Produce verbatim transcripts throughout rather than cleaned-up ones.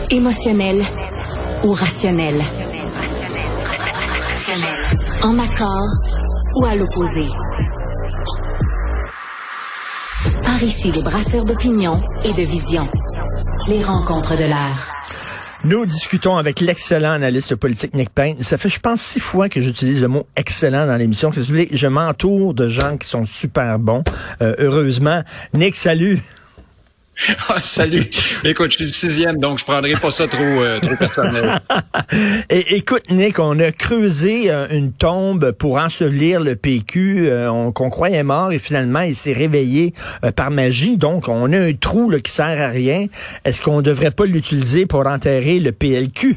Émotionnel ou rationnel? En accord ou à l'opposé? Par ici, les brasseurs d'opinion et de vision. Les rencontres de l'air. Nous discutons avec l'excellent analyste politique Nick Payne. Ça fait, je pense, six fois que j'utilise le mot excellent dans l'émission. Qu'est-ce que vous voulez? Je m'entoure de gens qui sont super bons. Euh, heureusement. Nick, salut! Ah, salut. Écoute, je suis le sixième, donc je prendrai pas ça trop, euh, trop personnel. Et, écoute, Nick, on a creusé euh, une tombe pour ensevelir le P Q euh, on, qu'on croyait mort et finalement il s'est réveillé euh, par magie. Donc, on a un trou là, qui sert à rien. Est-ce qu'on devrait pas l'utiliser pour enterrer le P L Q?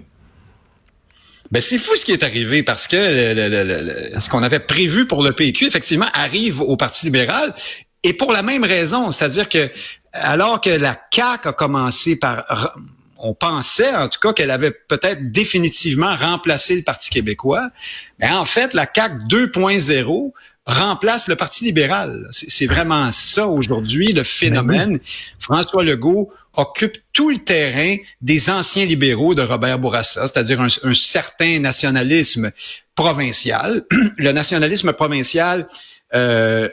Ben c'est fou ce qui est arrivé parce que le, le, le, le, ce qu'on avait prévu pour le P Q, effectivement, arrive au Parti libéral. Et pour la même raison, c'est-à-dire que alors que la C A Q a commencé par, on pensait en tout cas qu'elle avait peut-être définitivement remplacé le Parti québécois, mais en fait la C A Q deux point zéro remplace le Parti libéral. C'est, c'est vraiment ça aujourd'hui le phénomène. Oui. François Legault occupe tout le terrain des anciens libéraux de Robert Bourassa, c'est-à-dire un, un certain nationalisme provincial. Le nationalisme provincial euh,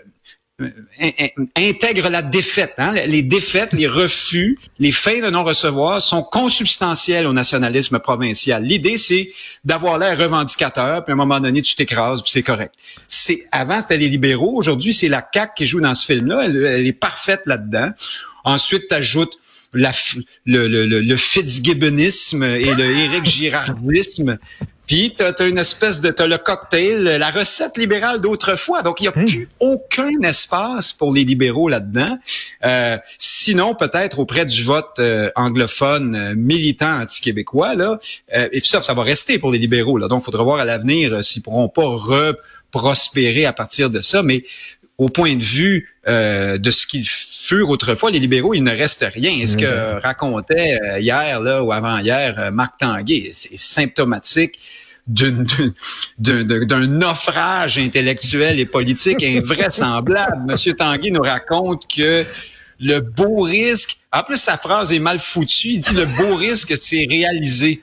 intègre la défaite. Hein? Les défaites, les refus, les fins de non-recevoir sont consubstantiels au nationalisme provincial. L'idée, c'est d'avoir l'air revendicateur, puis à un moment donné, tu t'écrases, puis c'est correct. C'est, avant, c'était les libéraux. Aujourd'hui, c'est la C A Q qui joue dans ce film-là. Elle, elle est parfaite là-dedans. Ensuite, tu ajoutes la, le, le, le, le Fitzgibbonisme et le Éric Girardisme. Puis t'as, t'as une espèce de t'as le cocktail, la recette libérale d'autrefois. Donc il y a mmh. plus aucun espace pour les libéraux là-dedans. Euh, sinon peut-être auprès du vote euh, anglophone euh, militant anti-québécois là. Euh, et puis ça, ça va rester pour les libéraux là. Donc il faudra voir à l'avenir euh, s'ils pourront pas reprospérer à partir de ça. Mais au point de vue euh, de ce qu'ils furent autrefois, les libéraux, il ne reste rien. Ce que racontait euh, hier là ou avant-hier euh, Marc Tanguay, c'est symptomatique d'une, d'un, d'un, d'un naufrage intellectuel et politique invraisemblable. Monsieur Tanguay nous raconte que le beau risque, en plus sa phrase est mal foutue, il dit le beau risque c'est réalisé.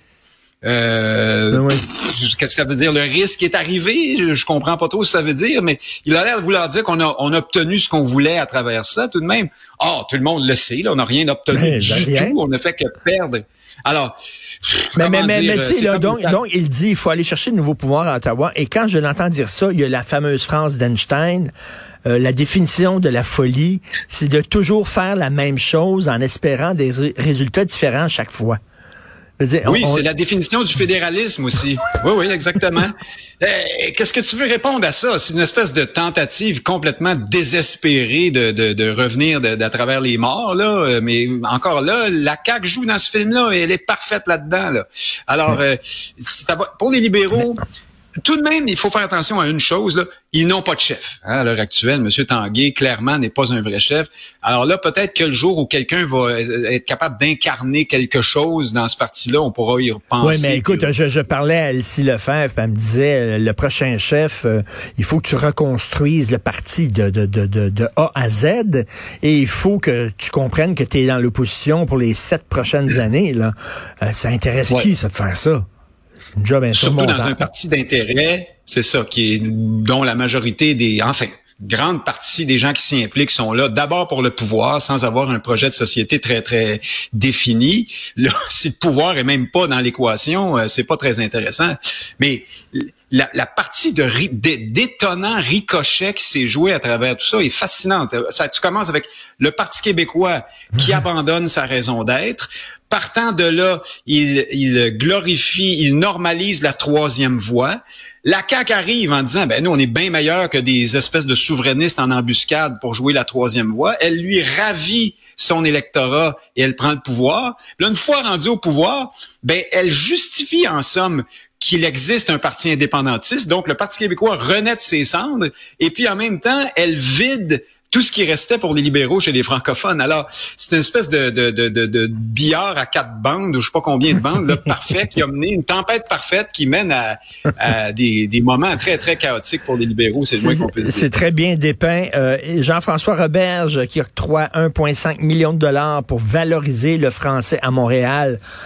Euh, oui. Qu'est-ce que ça veut dire? Le risque est arrivé. Je, je comprends pas trop ce que ça veut dire, mais il a l'air de vouloir dire qu'on a, on a obtenu ce qu'on voulait à travers ça, tout de même. Oh, tout le monde le sait, là, on n'a rien obtenu mais, du rien. tout. On ne fait que perdre. Alors, mais, mais, mais, mais tu sais, là, donc, donc, il dit, il faut aller chercher de nouveaux pouvoirs à Ottawa. Et quand je l'entends dire ça, il y a la fameuse phrase d'Einstein, euh, la définition de la folie, c'est de toujours faire la même chose en espérant des ré- résultats différents chaque fois. Dire, oui, on... c'est la définition du fédéralisme aussi. Oui, oui, exactement. Euh, qu'est-ce que tu veux répondre à ça? C'est une espèce de tentative complètement désespérée de, de, de revenir de, d'à travers les morts, là. Mais encore là, la C A Q joue dans ce film-là et elle est parfaite là-dedans, là. Alors, euh, ça va, pour les libéraux... Tout de même, il faut faire attention à une chose, là. Ils n'ont pas de chef. Hein, à l'heure actuelle, M. Tanguay, clairement, n'est pas un vrai chef. Alors là, peut-être que le jour où quelqu'un va être capable d'incarner quelque chose dans ce parti-là, on pourra y repenser. Oui, mais écoute, je, je parlais à Elsie Lefebvre, elle me disait, le prochain chef, euh, il faut que tu reconstruises le parti de, de, de, de, de A à Z, et il faut que tu comprennes que tu es dans l'opposition pour les sept prochaines années. Là. Euh, ça intéresse ouais. qui, ça, de faire ça? Une job Surtout dans un parti d'intérêt, c'est ça, qui est dont la majorité des, enfin, grande partie des gens qui s'y impliquent sont là d'abord pour le pouvoir, sans avoir un projet de société très très défini. Là, si le pouvoir est même pas dans l'équation, euh, c'est pas très intéressant. Mais la, la partie de, de d'étonnant ricochet qui s'est joué à travers tout ça est fascinante. Ça, tu commences avec le Parti québécois qui abandonne sa raison d'être. Partant de là, il, il glorifie, il normalise la troisième voie. La C A Q arrive en disant, ben nous, on est bien meilleurs que des espèces de souverainistes en embuscade pour jouer la troisième voie. Elle lui ravit son électorat et elle prend le pouvoir. Là, une fois rendue au pouvoir, ben elle justifie en somme qu'il existe un parti indépendantiste. Donc, le Parti québécois renaît de ses cendres. Et puis, en même temps, elle vide tout ce qui restait pour les libéraux chez les francophones. Alors, c'est une espèce de, de, de, de, de billard à quatre bandes, ou je sais pas combien de bandes, là, parfait, qui a mené une tempête parfaite qui mène à, à des, des moments très, très chaotiques pour les libéraux. C'est le moins qu'on peut dire. C'est très bien dépeint. Euh, Jean-François Roberge qui octroie un virgule cinq million de dollars pour valoriser le français à Montréal.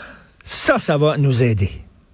Ça, ça va nous aider.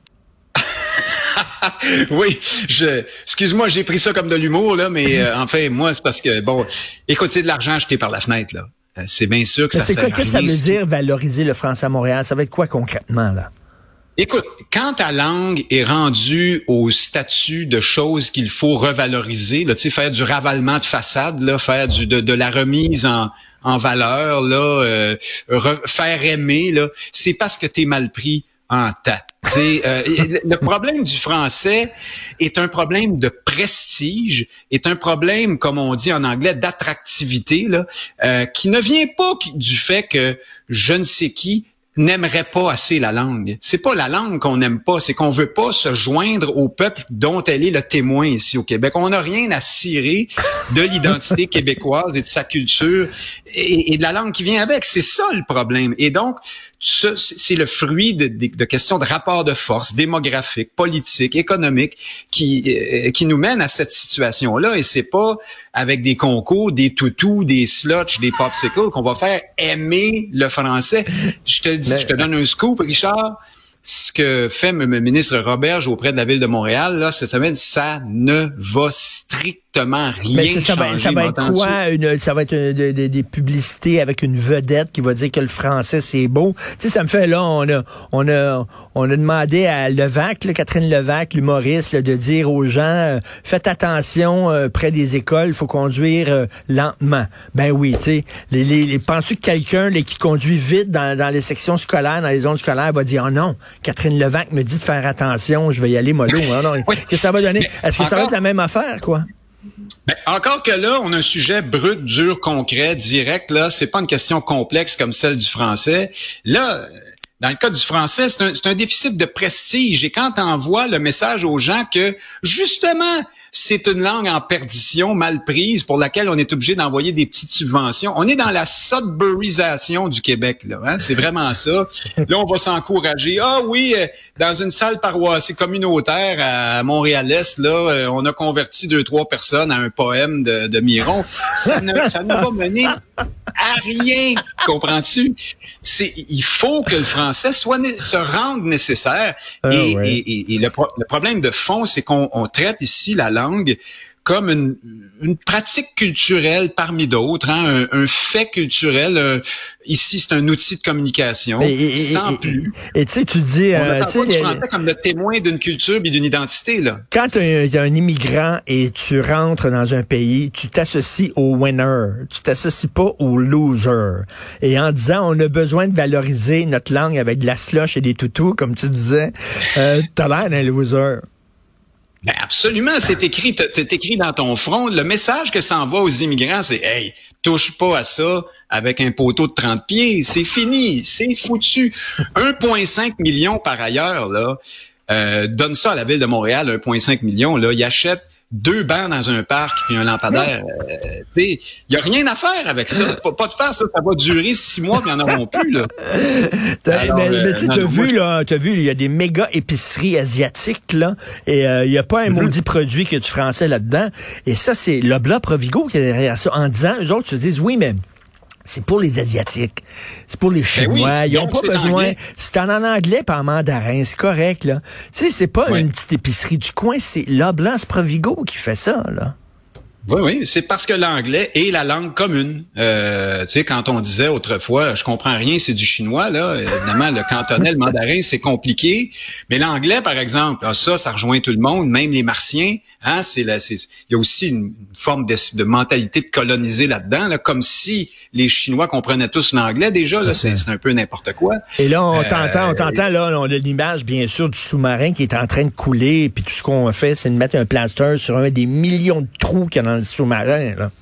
Oui, je, excuse-moi, j'ai pris ça comme de l'humour, là, mais euh, enfin, moi, c'est parce que, bon, écoute, c'est de l'argent jeté par la fenêtre, là. Euh, c'est bien sûr que mais ça c'est sert quoi, à qu'est-ce que rien. ça veut dire valoriser le français à Montréal? Ça va être quoi concrètement, là? Écoute, quand ta langue est rendue au statut de choses qu'il faut revaloriser, là, tu sais, faire du ravalement de façade, là, faire du de, de la remise en, en valeur, là, euh, re, faire aimer, là, c'est parce que t'es mal pris en tas. C'est euh, le problème du français est un problème de prestige, est un problème, comme on dit en anglais, d'attractivité, là, euh, qui ne vient pas du fait que je ne sais qui n'aimerait pas assez la langue. C'est pas la langue qu'on n'aime pas, c'est qu'on veut pas se joindre au peuple dont elle est le témoin ici au Québec. On n'a rien à cirer de l'identité québécoise et de sa culture et, et de la langue qui vient avec. C'est ça le problème. Et donc, ça, c'est le fruit de, de, de questions de rapports de force démographiques, politiques, économiques qui euh, qui nous mènent à cette situation-là. Et c'est pas avec des concours, des toutous, des sluts, des popsicles qu'on va faire aimer le français. Je te dis, Mais... je te donne un scoop, Richard. Ce que fait m- m- ministre Roberge auprès de la Ville de Montréal, là, cette semaine, ça ne va strictement rien Mais ça, ça changer. Va, ça va être quoi? Une, ça va être une, de, de, des publicités avec une vedette qui va dire que le français, c'est beau. Tu sais, ça me fait, là, on a, on a, on a demandé à Levac, là, Catherine Levac, l'humoriste, là, de dire aux gens, euh, faites attention, euh, près des écoles, il faut conduire euh, lentement. Ben oui, tu sais, les, les, les, penses-tu que quelqu'un là, qui conduit vite dans, dans les sections scolaires, dans les zones scolaires, va dire, oh non, Catherine Levac me dit de faire attention, je vais y aller mollo. Hein, non. Oui. Qu'est-ce que ça va donner? Mais Est-ce que encore, ça va être la même affaire, quoi? Ben, encore que là, on a un sujet brut, dur, concret, direct. Là, c'est pas une question complexe comme celle du français. Là, dans le cas du français, c'est un, c'est un déficit de prestige. Et quand on envoie le message aux gens que, justement, c'est une langue en perdition, mal prise, pour laquelle on est obligé d'envoyer des petites subventions. On est dans la Sudburyisation du Québec, là. Hein? C'est vraiment ça. Là, on va s'encourager. Ah oui, dans une salle paroissiale communautaire à Montréal-Est, là, on a converti deux, trois personnes à un poème de, de Miron. Ça ne, ça ne va mener à rien. Comprends-tu? C'est, il faut que le français soit se rende nécessaire. Ah, et, ouais. et, et, et le, pro, le problème de fond, c'est qu'on on traite ici la langue comme une, une pratique culturelle parmi d'autres, hein, un, un fait culturel. Euh, ici, c'est un outil de communication, et, et, sans et, plus. Et tu sais, tu dis... On euh, n'attend pas du français comme le témoin d'une culture et d'une identité, là. Quand il y a un immigrant et tu rentres dans un pays, tu t'associes au winner, tu t'associes pas au loser. Et en disant, on a besoin de valoriser notre langue avec de la slush et des toutous, comme tu disais, euh, t'as l'air d'un loser. Ben absolument, c'est écrit, c'est écrit dans ton front. Le message que ça envoie aux immigrants, c'est « Hey, touche pas à ça avec un poteau de trente pieds, c'est fini, c'est foutu. » un virgule cinq million par ailleurs, là, euh, donne ça à la Ville de Montréal, un virgule cinq million, là, il achète deux bancs dans un parc puis un lampadaire. Euh, tu sais, il y a rien à faire avec ça. Pas, pas de faire ça, ça va durer six mois puis ils en auront plus, là. Alors, mais euh, mais tu sais, t'as vu, là, t'as vu, il y a des méga épiceries asiatiques, là, et il euh, y a pas un mm-hmm. maudit produit qui a du français là-dedans. Et ça, c'est Loblaw Provigo qui est derrière ça. En disant, eux autres se disent, oui, mais c'est pour les Asiatiques. C'est pour les Chinois. Ben oui, ils ont pas besoin. Anglais. C'est en, en anglais pas en mandarin. C'est correct, là. Tu sais, c'est pas oui. une petite épicerie du coin. C'est Loblaw Provigo qui fait ça, là. Oui, oui, c'est parce que l'anglais est la langue commune. Euh, tu sais, quand on disait autrefois, je comprends rien, c'est du chinois, là. Évidemment, le cantonais, le mandarin, c'est compliqué. Mais l'anglais, par exemple, là, ça, ça rejoint tout le monde, même les Martiens. Hein, c'est la, c'est, il y a aussi une forme de, de mentalité de coloniser là-dedans, là, comme si les Chinois comprenaient tous l'anglais. Déjà, là, c'est, c'est un peu n'importe quoi. Et là, on euh, t'entend, on t'entend, là, on a l'image, bien sûr, du sous-marin qui est en train de couler, puis tout ce qu'on fait, c'est de mettre un plaster sur un des millions de trous qu'il y a dans le sous-marin, là.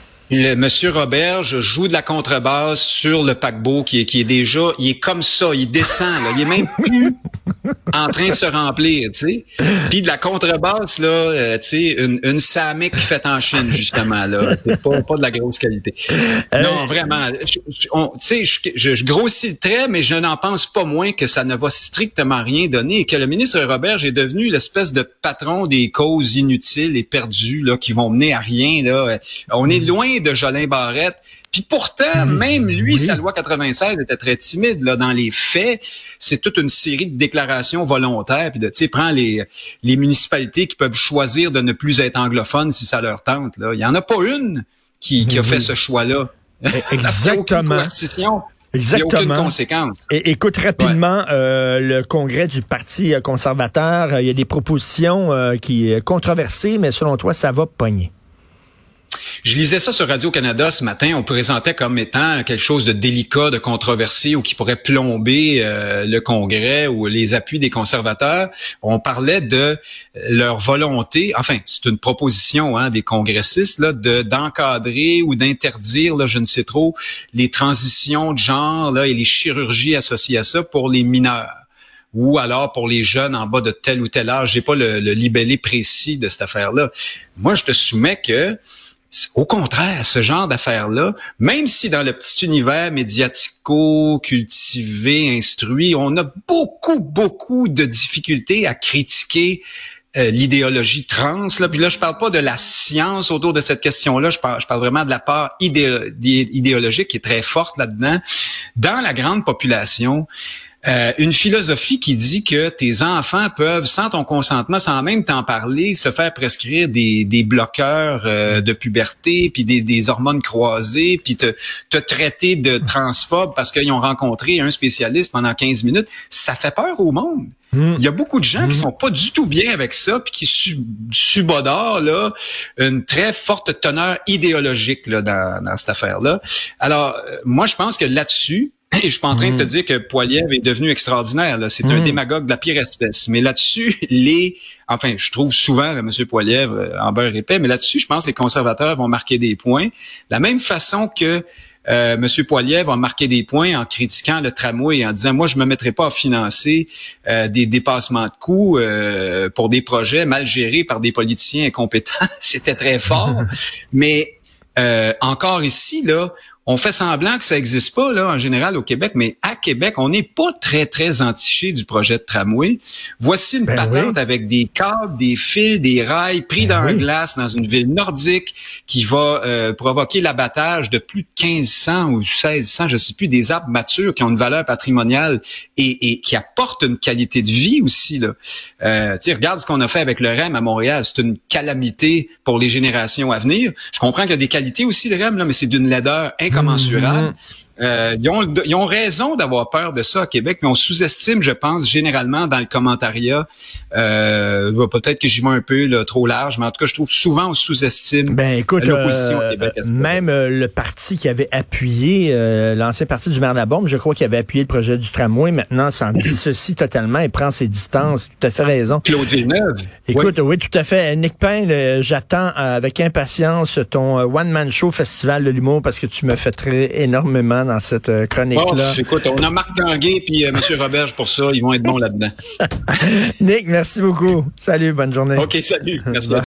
Le monsieur Roberge joue de la contrebasse sur le paquebot qui est, qui est déjà, il est comme ça, il descend, là. Il est même plus en train de se remplir, tu sais. Puis de la contrebasse, là, euh, tu sais, une, une Samick faite en Chine, justement, là. C'est pas, pas de la grosse qualité. Euh... Non, vraiment. Tu sais, je, je, je grossis le trait, mais je n'en pense pas moins que ça ne va strictement rien donner et que le ministre Roberge est devenu l'espèce de patron des causes inutiles et perdues, là, qui vont mener à rien, là. On est loin de Jolin Barrette. Puis pourtant, même lui, oui. Sa loi quatre-vingt-seize était très timide. Là, dans les faits, c'est toute une série de déclarations volontaires. Puis de, tu sais, prends les les municipalités qui peuvent choisir de ne plus être anglophones si ça leur tente. Là, il y en a pas une qui, qui a oui. fait ce choix-là. Exactement. Exactement. Il n'y a aucune conséquence. Et, écoute rapidement, ouais. euh, le congrès du Parti conservateur, il y a des propositions euh, qui sont controversées, mais selon toi, ça va pogner. Je lisais ça sur Radio-Canada ce matin. On présentait comme étant quelque chose de délicat, de controversé ou qui pourrait plomber euh, le Congrès ou les appuis des conservateurs. On parlait de leur volonté, enfin, c'est une proposition hein, des congressistes, là, de d'encadrer ou d'interdire, là, je ne sais trop, les transitions de genre là, et les chirurgies associées à ça pour les mineurs. Ou alors pour les jeunes en bas de tel ou tel âge. J'ai pas le, le libellé précis de cette affaire-là. Moi, je te soumets que au contraire, ce genre d'affaires-là, même si dans le petit univers médiatico-cultivé, instruit, on a beaucoup, beaucoup de difficultés à critiquer euh, l'idéologie trans. Là. Puis là, je parle pas de la science autour de cette question-là, je parle, je parle vraiment de la part idé- idéologique qui est très forte là-dedans. Dans la grande population, Euh, une philosophie qui dit que tes enfants peuvent, sans ton consentement, sans même t'en parler, se faire prescrire des, des bloqueurs euh, de puberté, puis des, des hormones croisées, puis te, te traiter de transphobe parce qu'ils ont rencontré un spécialiste pendant quinze minutes. Ça fait peur au monde. Mm. Il y a beaucoup de gens mm. qui sont pas du tout bien avec ça, puis qui sub- subodorent là une très forte teneur idéologique là dans, dans cette affaire-là. Alors, euh, moi, je pense que là-dessus, et je suis pas en train mmh. de te dire que Poilievre est devenu extraordinaire. Là. C'est mmh. un démagogue de la pire espèce. Mais là-dessus, les... Enfin, je trouve souvent là, M. Poilievre en beurre épais, mais là-dessus, je pense que les conservateurs vont marquer des points. De la même façon que euh, M. Poilievre a marqué des points en critiquant le tramway, en disant, moi, je me mettrai pas à financer euh, des dépassements de coûts euh, pour des projets mal gérés par des politiciens incompétents. C'était très fort. Mais euh, encore ici, là, on fait semblant que ça existe pas, là, en général, au Québec, mais à Québec, on n'est pas très, très entiché du projet de tramway. Voici une ben patente oui. avec des câbles, des fils, des rails pris ben dans oui. la glace dans une ville nordique qui va euh, provoquer l'abattage de plus de quinze cents ou seize cents, je sais plus, des arbres matures qui ont une valeur patrimoniale et, et qui apportent une qualité de vie aussi, là. Euh, tu sais, regarde ce qu'on a fait avec le R E M à Montréal. C'est une calamité pour les générations à venir. Je comprends qu'il y a des qualités aussi, le R E M, là, mais c'est d'une laideur incommensurable. Commensurable. Euh, ils, ont, ils ont raison d'avoir peur de ça à Québec, mais on sous-estime, je pense, généralement dans le commentariat. Euh, peut-être que j'y vais un peu là, trop large, mais en tout cas, je trouve souvent on sous-estime ben, écoute, l'opposition euh, au Québec. Même euh, le parti qui avait appuyé, euh, l'ancien parti du maire Labombe, je crois qu'il avait appuyé le projet du tramway, maintenant s'en dissocie totalement et prend ses distances. Tout à fait raison. Claude Villeneuve. Écoute, oui, oui tout à fait. Nick Payne, euh, j'attends avec impatience ton euh, one-man show Festival de l'humour parce que tu me fais très énormément dans cette euh, chronique-là. Oh, écoute, on a Marc Tanguay puis euh, M. Roberge pour ça. Ils vont être bons là-dedans. Nick, merci beaucoup. Salut, bonne journée. OK, salut. Merci.